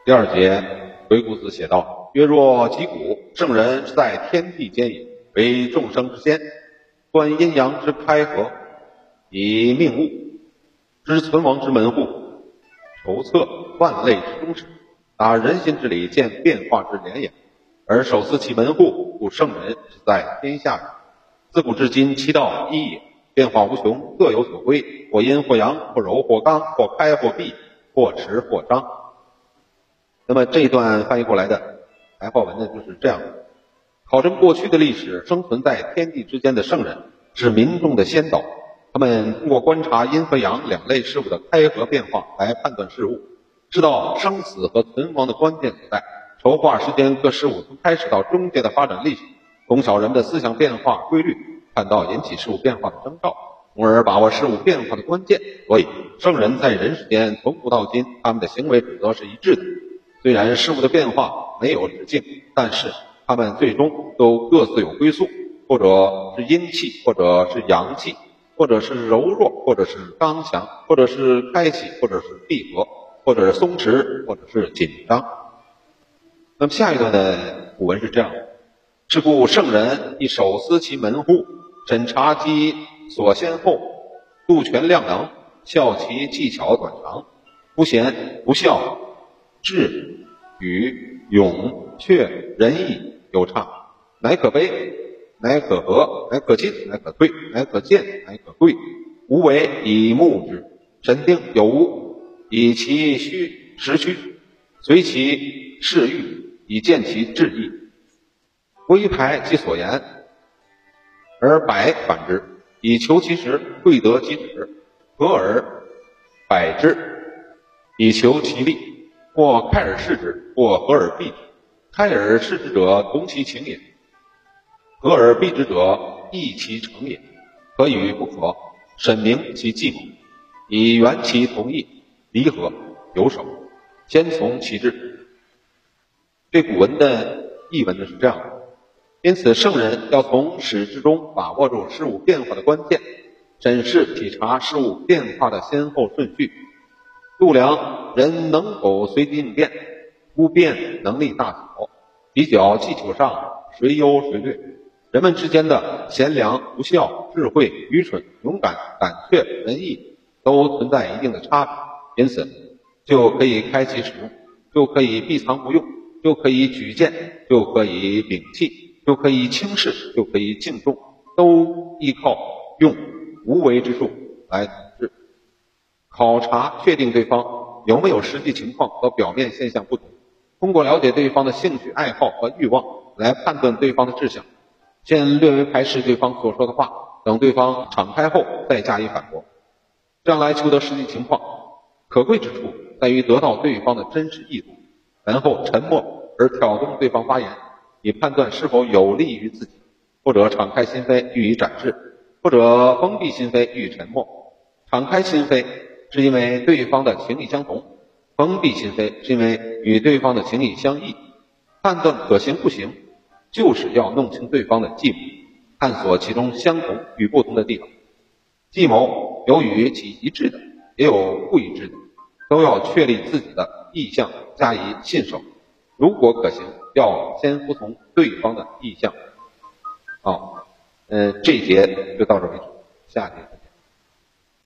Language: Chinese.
第二节，鬼谷子写道：曰若击鼓，圣人是在天地间也，为众生之先，观阴阳之开合，以命物之存亡之门户，筹策万类之中始，达人心之理，见变化之连也。而守司其门户，故圣人是在天下也。自古至今，其道一也，变化无穷，各有所归，或阴或阳，或柔或刚，或开或闭，或持或张。那么这一段翻译过来的白话文呢，就是这样的：考证过去的历史，生存在天地之间的圣人是民众的先导，他们通过观察阴和阳两类事物的开合变化来判断事物，知道生死和存亡的关键所在，筹划时间各事物从开始到终结的发展历史，从小人们的思想变化规律，看到引起事物变化的征兆，从而把握事物变化的关键。所以圣人在人世间从古到今，他们的行为准则是一致的。虽然事物的变化没有止境，但是他们最终都各自有归宿，或者是阴气，或者是阳气，或者是柔弱，或者是刚强，或者是开启，或者是闭合，或者是松弛，或者是紧张。那么下一段的古文是这样的：是故圣人亦守司其门户，审察其所先后，度权量能，效其技巧短长，不贤不孝，智语勇确仁义有差，乃可悲，乃可和，乃可亲，乃可退，乃可见，乃可贵。无为以目之，审定有无，以其实虚，随其事欲，以见其志意。微排其所言，而百反之，以求其实，贵得其止，合而百之，以求其利。或开而视之，或合而避之。开而视之者，同其情也；合而避之者，异其成也。可与不可，审明其计谋，以圆其同意，离合有守，先从其志。这古文的译文呢是这样的：因此圣人要从始至终把握住事物变化的关键，审视体察事物变化的先后顺序，度量人能否随机应变，估变能力大小，比较技巧上谁优谁劣，人们之间的贤良不孝、智慧愚蠢、勇敢胆怯仁义都存在一定的差别，因此就可以开启使用，就可以避藏不用，就可以举荐，就可以摒弃，就可以轻视，就可以敬重，都依靠用无为之术来统治。考察确定对方有没有实际情况和表面现象不同，通过了解对方的兴趣爱好和欲望来判断对方的志向，先略微排斥对方所说的话，等对方敞开后再加以反驳，这样来求得实际情况。可贵之处在于得到对方的真实意图，然后沉默而挑动对方发言，以判断是否有利于自己，或者敞开心扉予以展示，或者封闭心扉予以沉默。敞开心扉是因为对方的情意相同，封闭心扉是因为与对方的情意相异。判断可行不行，就是要弄清对方的计谋，探索其中相同与不同的地方。计谋有与其一致的，也有不一致的，都要确立自己的意向，加以信守。如果可行，要先服从对方的意向。这一节就到这为止，下节。